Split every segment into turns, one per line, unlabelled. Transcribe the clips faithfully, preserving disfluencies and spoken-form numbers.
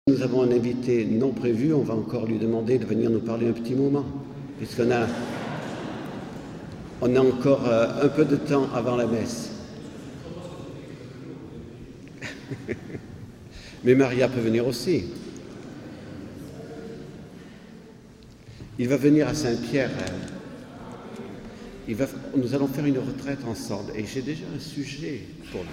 Nous avons un invité non prévu, on va encore lui demander de venir nous parler un petit moment, puisqu'on a, on a encore euh, un peu de temps avant la messe. Mais Maria peut venir aussi. Il va venir à Saint-Pierre. Il va, nous allons faire une retraite ensemble et j'ai déjà un sujet pour lui.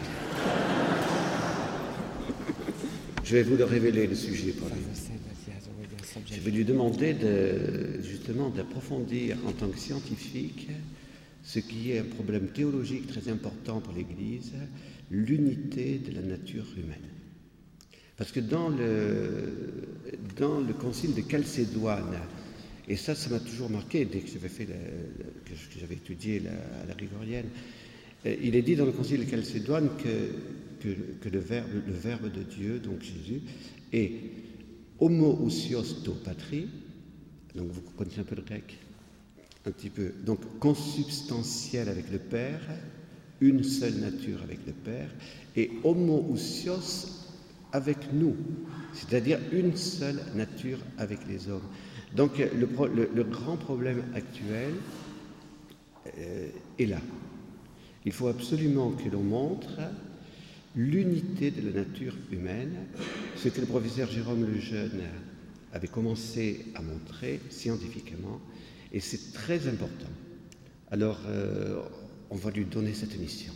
Je vais vous le révéler, le sujet pour lui. Je vais lui demander de, justement d'approfondir en tant que scientifique ce qui est un problème théologique très important pour l'Église, l'unité de la nature humaine. Parce que dans le, dans le concile de Chalcédoine, et ça, ça m'a toujours marqué dès que j'avais, fait la, que j'avais étudié la, la grégorienne, il est dit dans le concile de Chalcédoine que, que, que le, verbe, le Verbe de Dieu, donc Jésus, est homoousios to patri, donc vous connaissez un peu le grec, un petit peu, donc consubstantiel avec le Père, une seule nature avec le Père, et homoousios avec nous, c'est-à-dire une seule nature avec les hommes. Donc le, le, le grand problème actuel euh, est là. Il faut absolument que l'on montre l'unité de la nature humaine, ce que le professeur Jérôme Lejeune avait commencé à montrer scientifiquement, et c'est très important. Alors, euh, on va lui donner cette mission.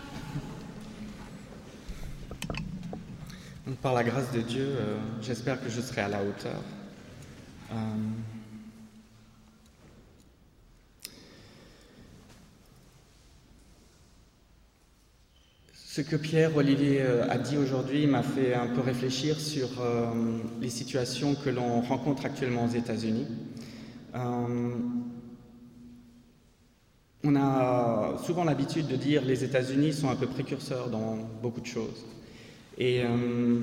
Donc, par la grâce de Dieu, euh, j'espère que je serai à la hauteur. Euh... Ce que Pierre-Olivier a dit aujourd'hui m'a fait un peu réfléchir sur euh, les situations que l'on rencontre actuellement aux États-Unis. Euh, on a souvent l'habitude de dire que les États-Unis sont un peu précurseurs dans beaucoup de choses. Et euh,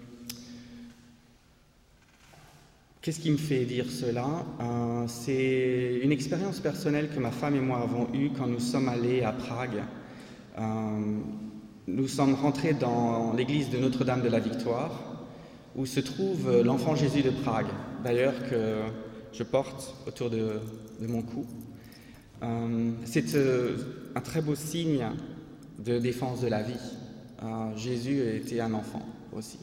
qu'est-ce qui me fait dire cela ? euh, C'est une expérience personnelle que ma femme et moi avons eue quand nous sommes allés à Prague. Euh, Nous sommes rentrés dans l'église de Notre-Dame de la Victoire, où se trouve l'enfant Jésus de Prague, d'ailleurs que je porte autour de, de mon cou. Euh, c'est euh, un très beau signe de défense de la vie. Euh, Jésus était un enfant aussi.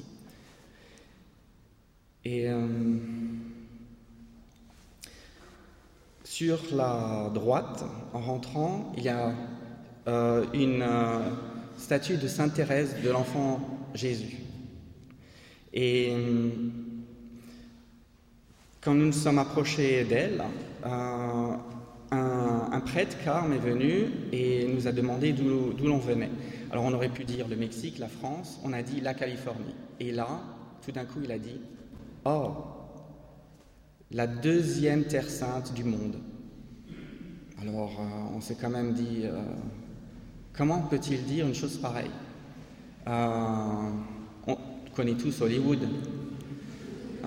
Et euh, sur la droite, en rentrant, il y a euh, une... Euh, statue de Sainte Thérèse de l'enfant Jésus. Et quand nous nous sommes approchés d'elle, euh, un, un prêtre carme est venu et nous a demandé d'où, d'où l'on venait. Alors on aurait pu dire le Mexique, la France, on a dit la Californie. Et là, tout d'un coup, il a dit « Oh, la deuxième terre sainte du monde ». Alors euh, on s'est quand même dit... Euh, Comment peut-il dire une chose pareille ? euh, On connaît tous Hollywood. Euh,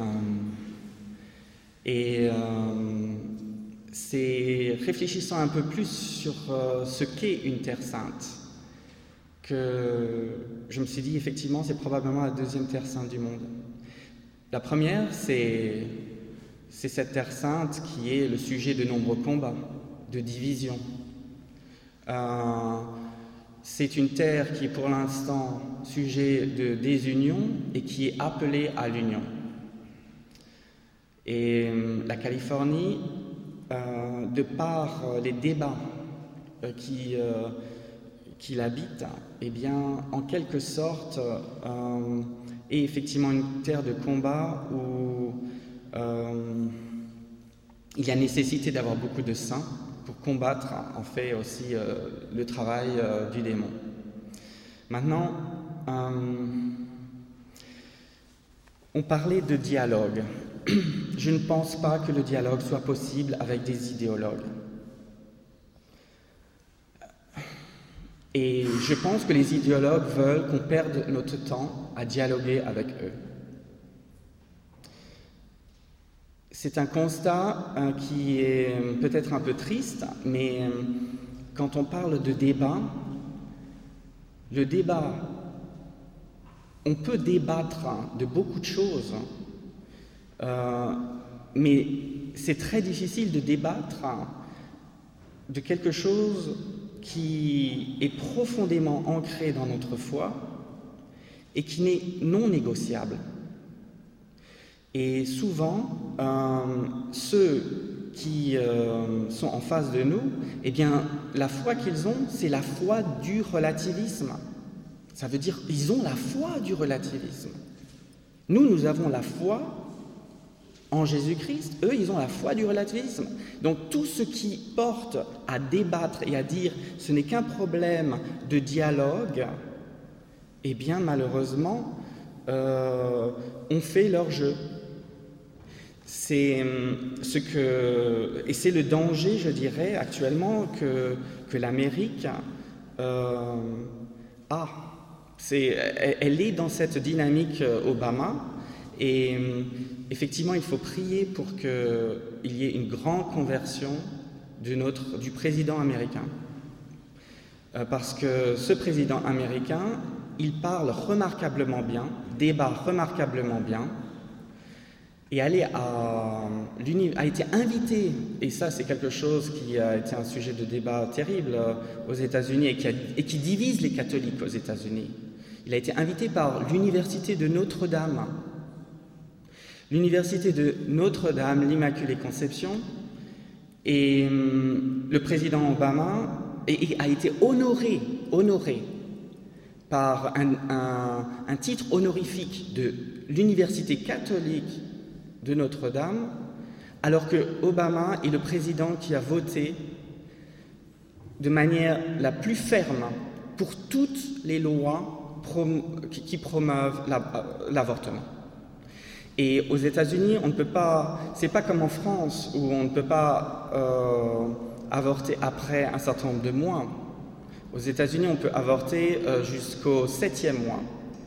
et euh, c'est réfléchissant un peu plus sur euh, ce qu'est une terre sainte que je me suis dit, effectivement, c'est probablement la deuxième terre sainte du monde. La première, c'est, c'est cette terre sainte qui est le sujet de nombreux combats, de divisions. Euh, C'est une terre qui est pour l'instant sujet de désunion et qui est appelée à l'union. Et la Californie, euh, de par les débats euh, qui, euh, qui l'habitent, eh bien, en quelque sorte, euh, est effectivement une terre de combat où euh, il y a nécessité d'avoir beaucoup de saints pour combattre, en fait, aussi euh, le travail euh, du démon. Maintenant, euh, on parlait de dialogue. Je ne pense pas que le dialogue soit possible avec des idéologues. Et je pense que les idéologues veulent qu'on perde notre temps à dialoguer avec eux. C'est un constat euh, qui est peut-être un peu triste, mais euh, quand on parle de débat, le débat on peut débattre de beaucoup de choses, euh, mais c'est très difficile de débattre de quelque chose qui est profondément ancré dans notre foi et qui n'est non négociable. Et souvent, euh, ceux qui euh, sont en face de nous, eh bien, la foi qu'ils ont, c'est la foi du relativisme. Ça veut dire qu'ils ont la foi du relativisme. Nous, nous avons la foi en Jésus-Christ. Eux, ils ont la foi du relativisme. Donc, tout ce qui porte à débattre et à dire « ce n'est qu'un problème de dialogue », eh bien, malheureusement, euh, on fait leur jeu. C'est ce que, et c'est le danger, je dirais, actuellement, que, que l'Amérique euh, a. C'est, elle est dans cette dynamique Obama, et effectivement, il faut prier pour qu'il y ait une grande conversion de notre, du président américain. Parce que ce président américain, il parle remarquablement bien, débat remarquablement bien, et elle a, a été invité, et ça c'est quelque chose qui a été un sujet de débat terrible aux États-Unis et qui, a, et qui divise les catholiques aux États-Unis. Il a été invité par l'université de Notre-Dame. L'université de Notre-Dame, l'Immaculée Conception, et hum, le président Obama et, et a été honoré, honoré par un, un, un titre honorifique de l'université catholique de Notre-Dame, alors que Obama est le président qui a voté de manière la plus ferme pour toutes les lois prom- qui, qui promeuvent la, l'avortement. Et aux États-Unis, on ne peut pas, c'est pas comme en France où on ne peut pas euh, avorter après un certain nombre de mois. Aux États-Unis, on peut avorter euh, jusqu'au septième mois.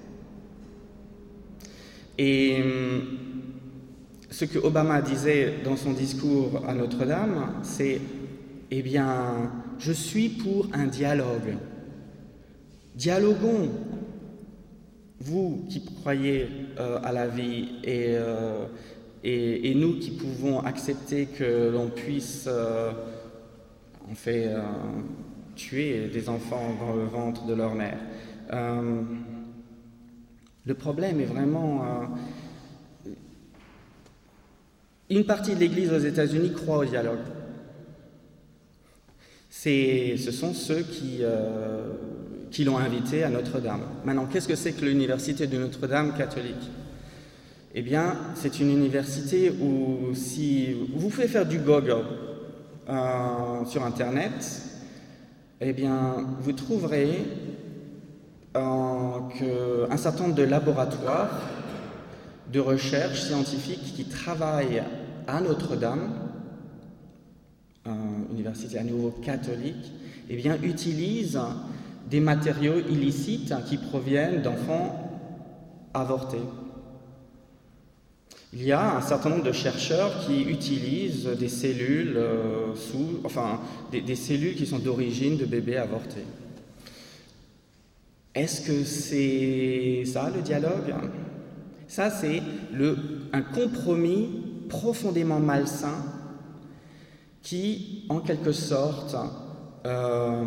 Et ce que Obama disait dans son discours à Notre-Dame, c'est « Eh bien, je suis pour un dialogue. Dialoguons, vous qui croyez euh, à la vie et, euh, et, et nous qui pouvons accepter que l'on puisse, euh, en fait, euh, tuer des enfants dans le ventre de leur mère. Euh, le problème est vraiment... Euh, Une partie de l'Église aux États-Unis croit au dialogue. C'est, ce sont ceux qui, euh, qui l'ont invité à Notre-Dame. Maintenant, qu'est-ce que c'est que l'université de Notre-Dame catholique ? Eh bien, c'est une université où si vous pouvez faire du Google euh, sur Internet, eh bien, vous trouverez euh, qu'un certain nombre de laboratoires de recherche scientifique qui travaillent à Notre-Dame, euh, université à nouveau catholique, eh bien, utilisent des matériaux illicites qui proviennent d'enfants avortés. Il y a un certain nombre de chercheurs qui utilisent des cellules euh, sous, enfin, des, des cellules qui sont d'origine de bébés avortés. Est-ce que c'est ça le dialogue ? Ça, c'est le, un compromis profondément malsain qui, en quelque sorte, euh,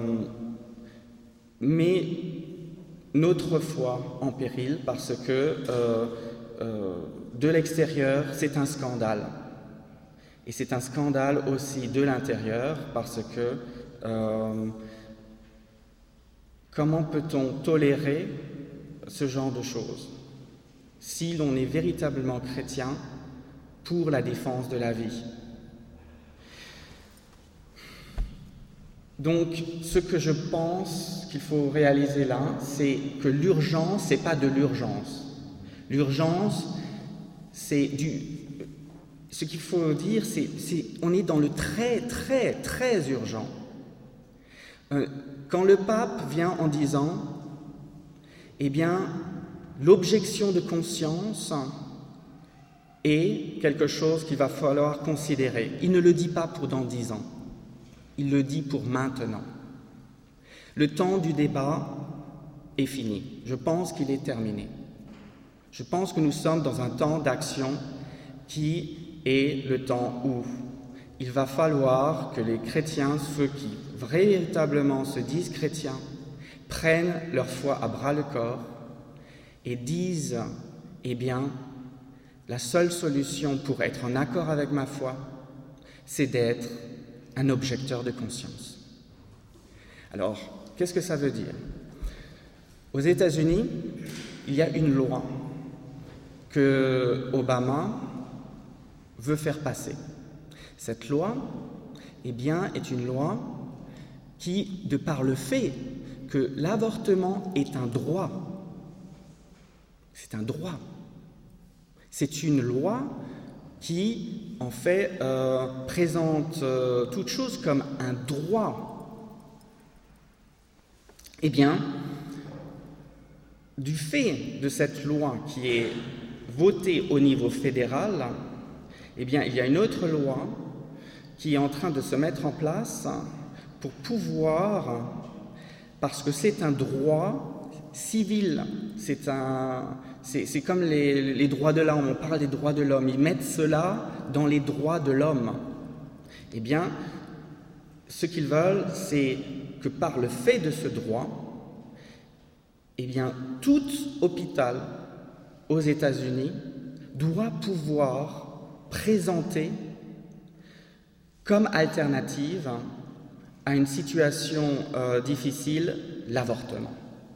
met notre foi en péril parce que euh, euh, de l'extérieur, c'est un scandale. Et c'est un scandale aussi de l'intérieur parce que euh, comment peut-on tolérer ce genre de choses ? Si l'on est véritablement chrétien pour la défense de la vie. Donc, ce que je pense qu'il faut réaliser là, c'est que l'urgence, c'est pas de l'urgence. L'urgence, c'est du... Ce qu'il faut dire, c'est, c'est on est dans le très, très, très urgent. Euh, quand le pape vient en disant, eh bien, l'objection de conscience est quelque chose qu'il va falloir considérer. Il ne le dit pas pour dans dix ans, il le dit pour maintenant. Le temps du débat est fini. Je pense qu'il est terminé. Je pense que nous sommes dans un temps d'action qui est le temps où il va falloir que les chrétiens, ceux qui véritablement se disent chrétiens, prennent leur foi à bras-le-corps et disent, eh bien, la seule solution pour être en accord avec ma foi, c'est d'être un objecteur de conscience. Alors, qu'est-ce que ça veut dire? Aux États-Unis, il y a une loi que Obama veut faire passer. Cette loi, eh bien, est une loi qui, de par le fait que l'avortement est un droit, c'est un droit, c'est une loi qui, en fait, euh, présente euh, toute chose comme un droit. Eh bien, du fait de cette loi qui est votée au niveau fédéral, eh bien, il y a une autre loi qui est en train de se mettre en place pour pouvoir, parce que c'est un droit civil, c'est un, c'est, c'est comme les, les droits de l'homme, on parle des droits de l'homme, ils mettent cela dans les droits de l'homme. Eh bien, ce qu'ils veulent, c'est que par le fait de ce droit, eh bien, tout hôpital aux États-Unis doit pouvoir présenter comme alternative à une situation euh, difficile l'avortement.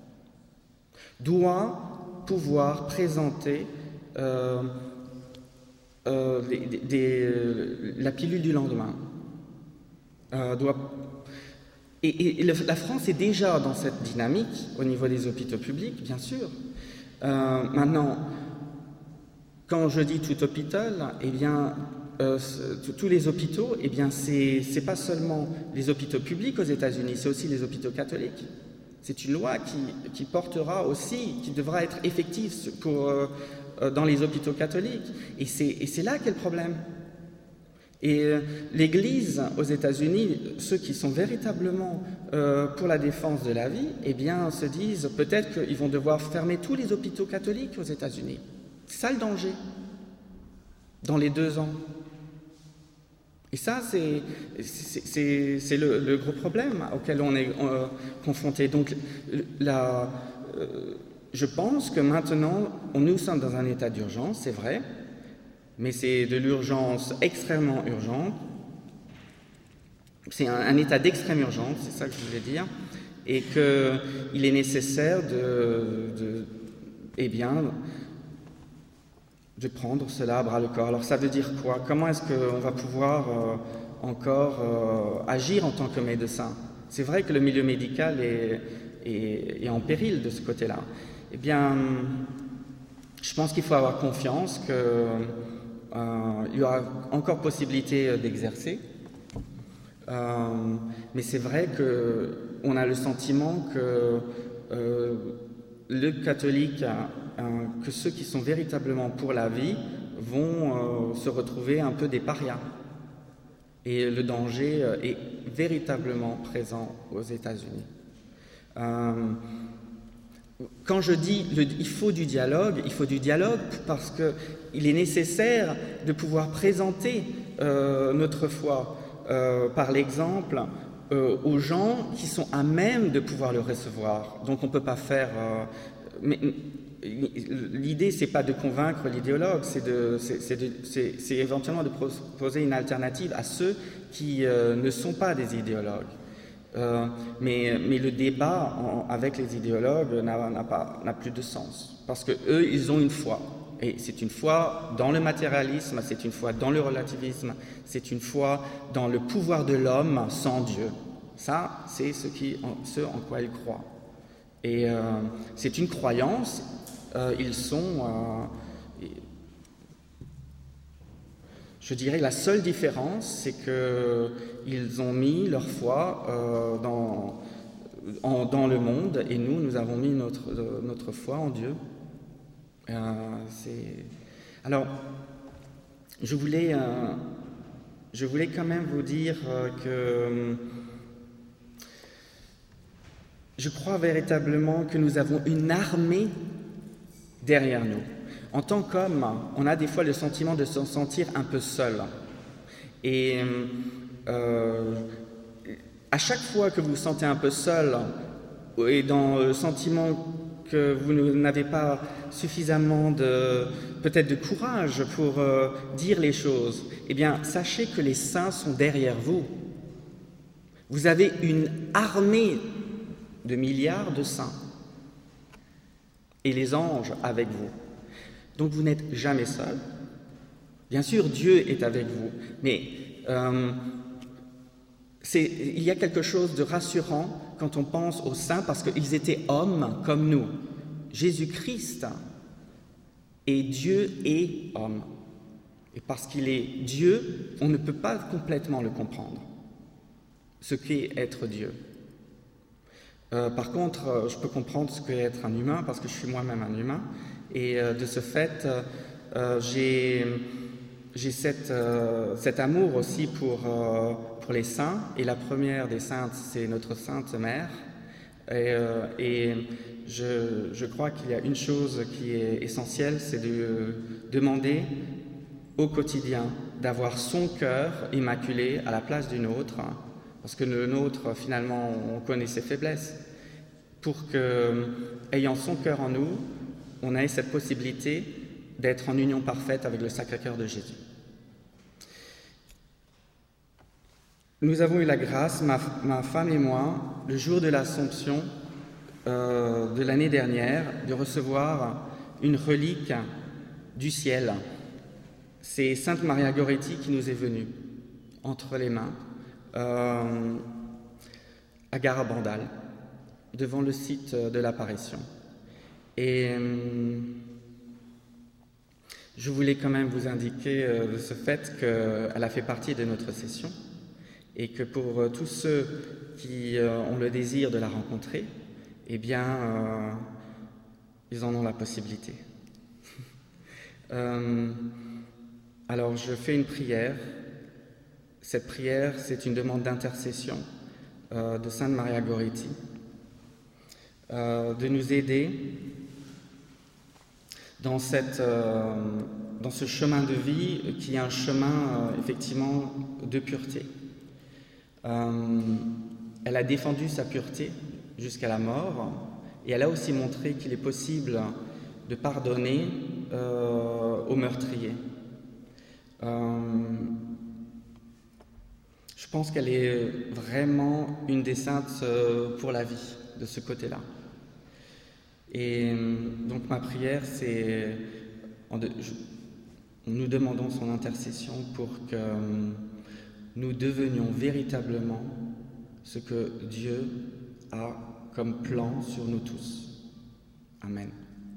Doit pouvoir présenter euh, euh, des, des, des, la pilule du lendemain. Euh, doit Et, et, et le, la France est déjà dans cette dynamique au niveau des hôpitaux publics, bien sûr. Euh, maintenant, quand je dis tout hôpital, eh bien, euh, tous les hôpitaux, eh bien, c'est, c'est pas seulement les hôpitaux publics aux États-Unis, c'est aussi les hôpitaux catholiques. C'est une loi qui, qui portera aussi, qui devra être effective pour, euh, dans les hôpitaux catholiques. Et c'est, et c'est là qu'est le problème. Et euh, l'Église aux États-Unis, ceux qui sont véritablement euh, pour la défense de la vie, eh bien, se disent peut-être qu'ils vont devoir fermer tous les hôpitaux catholiques aux États-Unis. C'est ça le danger, dans les deux ans. Et ça, c'est, c'est, c'est, c'est le, le gros problème auquel on est euh, confronté. Donc, la, euh, je pense que maintenant, nous sommes dans un état d'urgence, c'est vrai, mais c'est de l'urgence extrêmement urgente. C'est un, un état d'extrême urgence, c'est ça que je voulais dire, et qu'il est nécessaire de, de, eh bien, de prendre cela à bras-le-corps. Alors ça veut dire quoi? Comment est-ce qu'on va pouvoir euh, encore euh, agir en tant que médecin? C'est vrai que le milieu médical est, est, est en péril de ce côté-là. Eh bien, je pense qu'il faut avoir confiance qu'il euh, y aura encore possibilité d'exercer. Euh, mais c'est vrai qu'on a le sentiment que euh, le catholique, euh, que ceux qui sont véritablement pour la vie vont euh, se retrouver un peu des parias. Et le danger euh, est véritablement présent aux États-Unis. Euh, quand je dis le, il faut du dialogue, il faut du dialogue parce qu'il est nécessaire de pouvoir présenter euh, notre foi euh, par l'exemple euh, aux gens qui sont à même de pouvoir le recevoir. Donc on ne peut pas faire... Euh, mais, l'idée, c'est pas de convaincre l'idéologue, c'est, de, c'est, c'est, de, c'est, c'est éventuellement de proposer une alternative à ceux qui euh, ne sont pas des idéologues. Euh, mais, mais le débat en, avec les idéologues n'a, n'a, pas, n'a plus de sens, parce qu'eux, ils ont une foi. Et c'est une foi dans le matérialisme, c'est une foi dans le relativisme, c'est une foi dans le pouvoir de l'homme sans Dieu. Ça, c'est ce, qui, en, ce en quoi ils croient. Et euh, c'est une croyance. Euh, ils sont, euh, je dirais, la seule différence, c'est qu'ils ont mis leur foi euh, dans, en, dans le monde, et nous, nous avons mis notre, notre foi en Dieu. Euh, c'est... Alors, je voulais, euh, je voulais quand même vous dire euh, que je crois véritablement que nous avons une armée derrière nous. En tant qu'homme, on a des fois le sentiment de se sentir un peu seul. Et euh, à chaque fois que vous vous sentez un peu seul, et dans le sentiment que vous n'avez pas suffisamment de, peut-être de courage pour euh, dire les choses, eh bien, sachez que les saints sont derrière vous. Vous avez une armée de milliards de saints et les anges avec vous. Donc vous n'êtes jamais seul. Bien sûr, Dieu est avec vous, mais euh, c'est, il y a quelque chose de rassurant quand on pense aux saints parce qu'ils étaient hommes comme nous. Jésus-Christ est Dieu et homme. Et parce qu'il est Dieu, on ne peut pas complètement le comprendre, ce qu'est être Dieu. Euh, par contre, euh, je peux comprendre ce qu'est être un humain parce que je suis moi-même un humain. Et euh, de ce fait, euh, j'ai, j'ai cette, euh, cet amour aussi pour, euh, pour les saints. Et la première des saintes, c'est notre Sainte Mère. Et, euh, et je, je crois qu'il y a une chose qui est essentielle, c'est de demander au quotidien d'avoir son cœur immaculé à la place du nôtre, parce que le nôtre, finalement, on connaît ses faiblesses, pour que, ayant son cœur en nous, on ait cette possibilité d'être en union parfaite avec le Sacré-Cœur de Jésus. Nous avons eu la grâce, ma, ma femme et moi, le jour de l'Assomption euh, de l'année dernière, de recevoir une relique du ciel. C'est Sainte Maria Goretti qui nous est venue entre les mains euh, à Garabandal, devant le site de l'apparition. Et euh, je voulais quand même vous indiquer euh, de ce fait qu'elle a fait partie de notre session et que pour euh, tous ceux qui euh, ont le désir de la rencontrer, eh bien, euh, ils en ont la possibilité. euh, alors, je fais une prière. Cette prière, c'est une demande d'intercession euh, de Sainte Maria Goretti, euh, de nous aider dans, cette, euh, dans ce chemin de vie qui est un chemin, euh, effectivement, de pureté. Euh, elle a défendu sa pureté jusqu'à la mort et elle a aussi montré qu'il est possible de pardonner euh, aux meurtriers. Euh, je pense qu'elle est vraiment une des saintes pour la vie, de ce côté-là. Et donc ma prière, c'est... Nous demandons son intercession pour que nous devenions véritablement ce que Dieu a comme plan sur nous tous. Amen.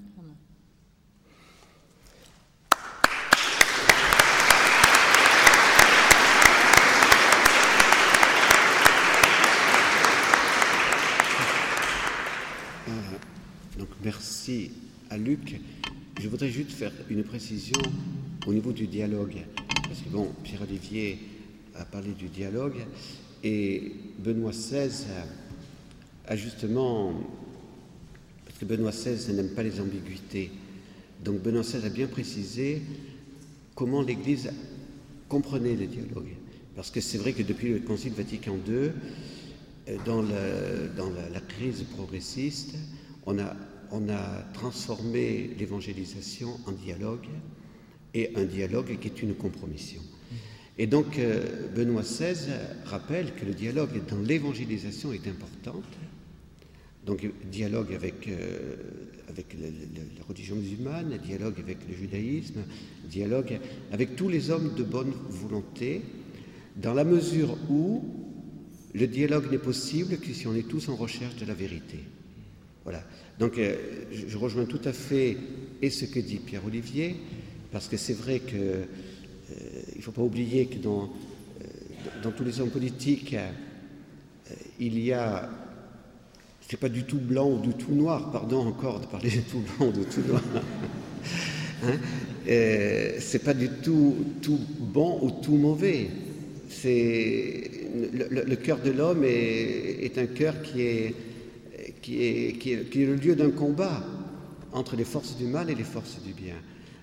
Donc merci à Luc. Je voudrais juste faire une précision au niveau du dialogue. Parce que bon, Pierre-Olivier a parlé du dialogue et Benoît seize a justement, parce que Benoît seize n'aime pas les ambiguïtés, donc Benoît seize a bien précisé comment l'Église comprenait le dialogue. Parce que c'est vrai que depuis le Concile Vatican deux, dans, le, dans la, la crise progressiste, on a, on a transformé l'évangélisation en dialogue, et un dialogue qui est une compromission. Et donc, euh, Benoît seize rappelle que le dialogue dans l'évangélisation est important. Donc, dialogue avec, euh, avec le, le, la religion musulmane, dialogue avec le judaïsme, dialogue avec tous les hommes de bonne volonté, dans la mesure où le dialogue n'est possible que si on est tous en recherche de la vérité. Voilà. Donc, euh, je rejoins tout à fait et ce que dit Pierre-Olivier, parce que c'est vrai que euh, il ne faut pas oublier que dans, euh, dans tous les hommes politiques, euh, il y a, c'est pas du tout blanc ou du tout noir, pardon encore de parler de tout blanc ou de tout noir, hein, euh, c'est pas du tout tout bon ou tout mauvais. C'est le, le, le cœur de l'homme est, est un cœur qui est qui est, qui est, qui est le lieu d'un combat entre les forces du mal et les forces du bien.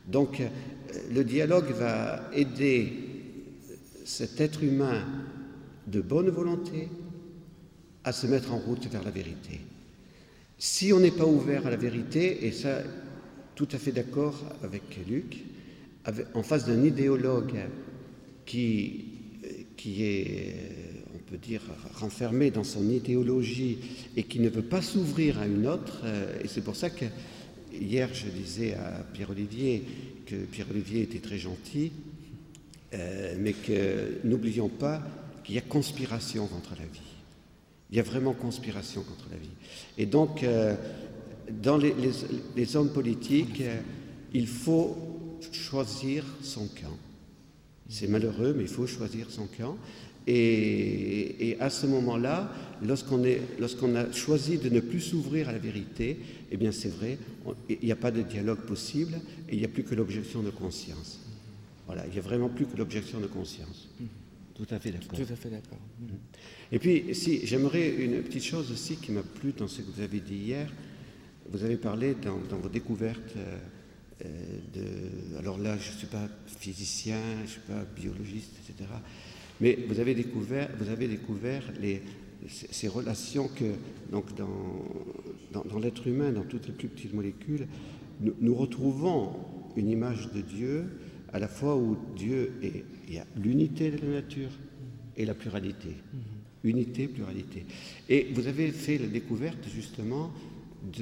Donc, le dialogue va aider cet être humain de bonne volonté à se mettre en route vers la vérité. Si on n'est pas ouvert à la vérité, et ça, tout à fait d'accord avec Luc, avec, en face d'un idéologue qui, qui est, on peut dire, renfermé dans son idéologie et qui ne veut pas s'ouvrir à une autre, et c'est pour ça que hier je disais à Pierre-Olivier que Pierre-Olivier était très gentil, euh, mais que n'oublions pas qu'il y a conspiration contre la vie. Il y a vraiment conspiration contre la vie. Et donc, euh, dans les, les, les hommes politiques, euh, il faut choisir son camp. C'est malheureux, mais il faut choisir son camp. Et, et à ce moment-là, lorsqu'on, est, lorsqu'on a choisi de ne plus s'ouvrir à la vérité, eh bien c'est vrai, on, il n'y a pas de dialogue possible et il n'y a plus que l'objection de conscience. Voilà, il n'y a vraiment plus que l'objection de conscience. Tout à fait d'accord.
Tout à fait d'accord.
Et puis, si, j'aimerais une petite chose aussi qui m'a plu dans ce que vous avez dit hier. Vous avez parlé dans, dans vos découvertes euh, de... Alors là, je ne suis pas physicien, je ne suis pas biologiste, et cetera. Mais vous avez découvert, vous avez découvert les, ces relations que, donc dans, dans, dans l'être humain, dans toutes les plus petites molécules, nous, nous retrouvons une image de Dieu, à la fois où Dieu est, il y a l'unité de la nature et la pluralité. Mm-hmm. Unité, pluralité. Et vous avez fait la découverte, justement, de,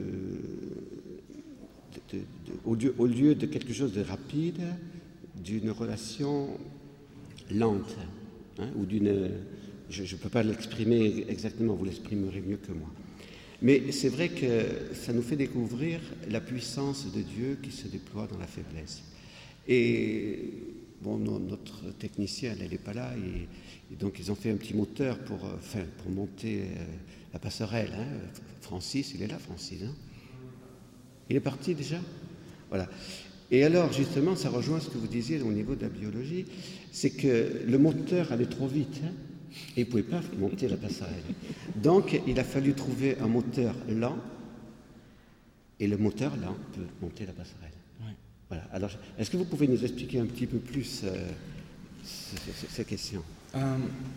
de, de, de, au, lieu, au lieu de quelque chose de rapide, d'une relation lente, hein, ou d'une... Je ne peux pas l'exprimer exactement, vous l'exprimerez mieux que moi. Mais c'est vrai que ça nous fait découvrir la puissance de Dieu qui se déploie dans la faiblesse. Et bon, notre technicienne, elle n'est pas là, et, et donc ils ont fait un petit moteur pour, enfin, pour monter euh, la passerelle. Hein. Francis, il est là, Francis. Hein. Il est parti déjà ? Voilà. Et alors, justement, ça rejoint ce que vous disiez au niveau de la biologie, c'est que le moteur allait trop vite, hein, et il ne pouvait pas monter la passerelle. Donc, il a fallu trouver un moteur lent, et le moteur lent peut monter la passerelle. Ouais. Voilà. Alors, est-ce que vous pouvez nous expliquer un petit peu plus euh, ces, ces questions ?
euh,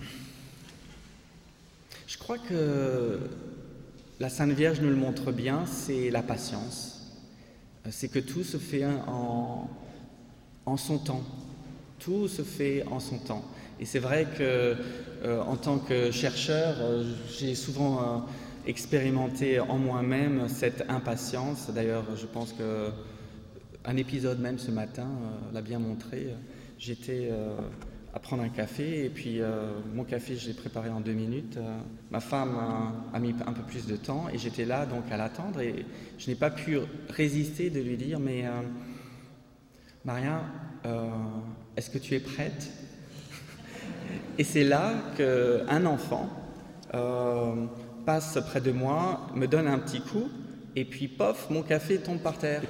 Je crois que la Sainte Vierge nous le montre bien, c'est la patience. C'est que tout se fait en, en son temps. Tout se fait en son temps. Et c'est vrai que, euh, en tant que chercheur, euh, j'ai souvent euh, expérimenté en moi-même cette impatience. D'ailleurs, je pense qu'un épisode même ce matin euh, l'a bien montré. J'étais euh, à prendre un café et puis euh, mon café, je l'ai préparé en deux minutes. Euh, ma femme a, a mis un peu plus de temps et j'étais là donc à l'attendre et je n'ai pas pu résister de lui dire « Mais euh, Maria, euh, est-ce que tu es prête ?» Et c'est là qu'un enfant euh, passe près de moi, me donne un petit coup, et puis pof, mon café tombe par terre.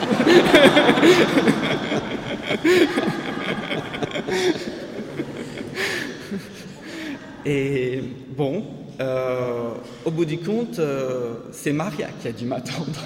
Et bon, euh, au bout du compte, euh, c'est Maria qui a dû m'attendre.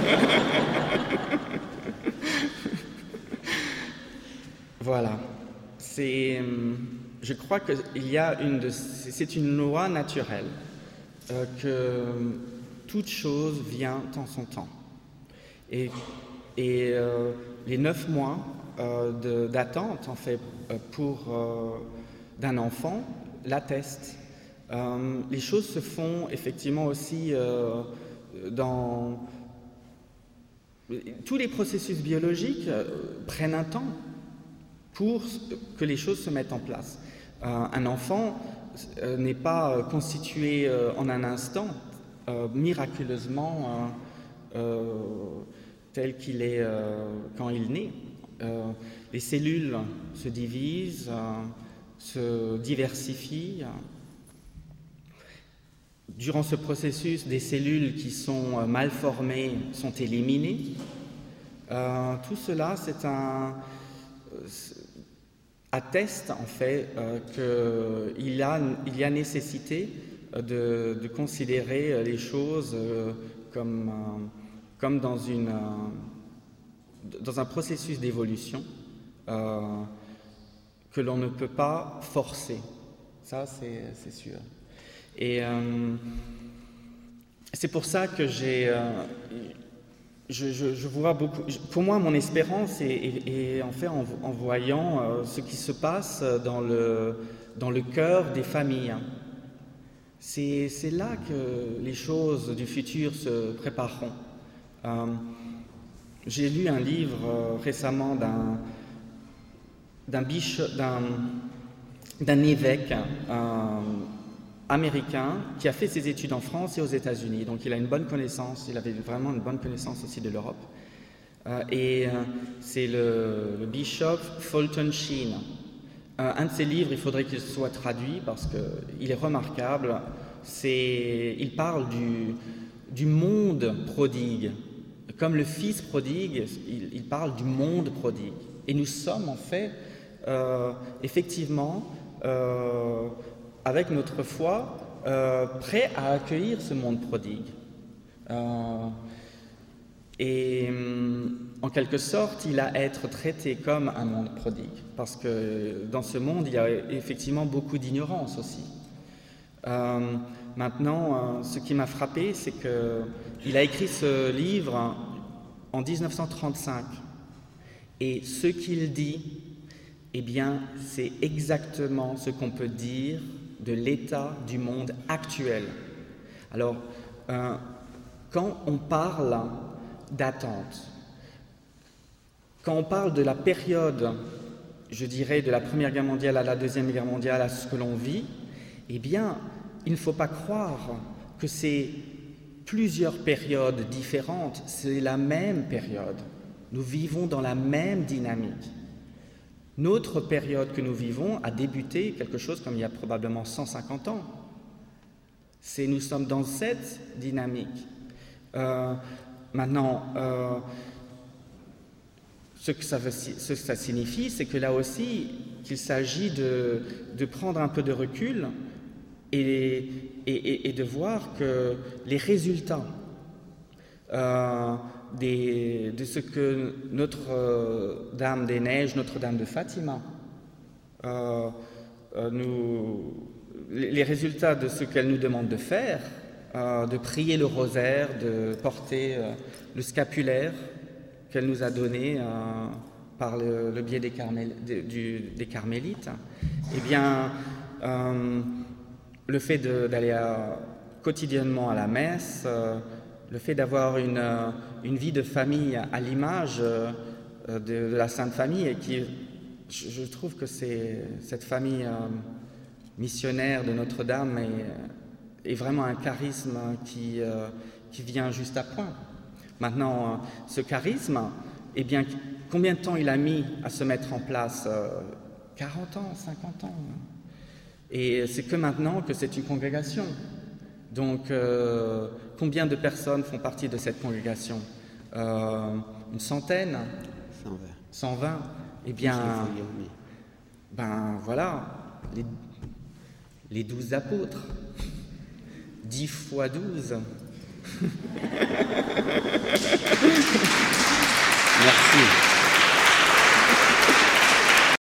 Voilà. C'est... Je crois qu'il y a une de, c'est une loi naturelle, euh, que toute chose vient en son temps. Et, et euh, les neuf mois euh, de, d'attente, en fait, pour euh, d'un enfant, l'attestent. Euh, les choses se font effectivement aussi euh, dans... Tous les processus biologiques euh, prennent un temps pour que les choses se mettent en place. Euh, un enfant euh, n'est pas euh, constitué euh, en un instant, euh, miraculeusement euh, euh, tel qu'il est euh, quand il naît. Euh, les cellules se divisent, euh, se diversifient. Durant ce processus, des cellules qui sont euh, mal formées sont éliminées. Euh, tout cela, c'est un... C'est, atteste en fait euh, qu'il y a, il y a nécessité de, de considérer les choses euh, comme, euh, comme dans une, euh, dans un processus d'évolution euh, que l'on ne peut pas forcer. Ça, c'est, c'est sûr. Et euh, c'est pour ça que j'ai... Euh, je, je, je vois beaucoup... Pour moi, mon espérance est, est, est en fait en, en voyant euh, ce qui se passe dans le, dans le cœur des familles. C'est, c'est là que les choses du futur se prépareront. Euh, j'ai lu un livre euh, récemment d'un, d'un, bishop, d'un, d'un évêque euh, américain qui a fait ses études en France et aux États-Unis. Donc il a une bonne connaissance, il avait vraiment une bonne connaissance aussi de l'Europe. Euh, et euh, c'est le, le bishop Fulton Sheen. Euh, un de ses livres, il faudrait qu'il soit traduit parce qu'il est remarquable. C'est, il parle du, du monde prodigue. Comme le fils prodigue, il, il parle du monde prodigue. Et nous sommes en fait, euh, effectivement, euh, avec notre foi, euh, prêts à accueillir ce monde prodigue. Euh, et en quelque sorte, il a à être traité comme un monde prodigue, parce que dans ce monde, il y a effectivement beaucoup d'ignorance aussi. Euh, maintenant, euh, ce qui m'a frappé, c'est qu'il a écrit ce livre en dix-neuf cent trente-cinq. Et ce qu'il dit, eh bien, c'est exactement ce qu'on peut dire de l'état du monde actuel. Alors, euh, quand on parle d'attente, quand on parle de la période, je dirais, de la Première Guerre mondiale à la Deuxième Guerre mondiale, à ce que l'on vit, eh bien, il ne faut pas croire que c'est plusieurs périodes différentes, c'est la même période. Nous vivons dans la même dynamique. Notre période que nous vivons a débuté quelque chose comme il y a probablement cent cinquante ans. C'est, nous sommes dans cette dynamique. Euh, maintenant, euh, ce, que ça veut, ce que ça signifie, c'est que là aussi, qu'il s'agit de, de prendre un peu de recul et, et, et, et de voir que les résultats euh, des, de ce que Notre-Dame des Neiges, Notre-Dame de Fatima, euh, euh, nous, les résultats de ce qu'elle nous demande de faire, euh, de prier le rosaire, de porter euh, le scapulaire qu'elle nous a donné euh, par le, le biais des, carmel, de, du, des carmélites, eh bien, euh, le fait de, d'aller à, quotidiennement à la messe, euh, le fait d'avoir une, euh, une vie de famille à l'image euh, de, de la Sainte Famille, et qui, je, je trouve que c'est cette famille euh, missionnaire de Notre-Dame est, est vraiment un charisme qui, euh, qui vient juste à point. Maintenant, euh, ce charisme, eh bien, combien de temps il a mis à se mettre en place euh, quarante ans, cinquante ans. Et c'est que maintenant que c'est une congrégation. Donc, euh, combien de personnes font partie de cette congrégation? euh, Une centaine?
cent vingt.
cent vingt. Eh bien, ben voilà, les, les douze apôtres. dix fois douze.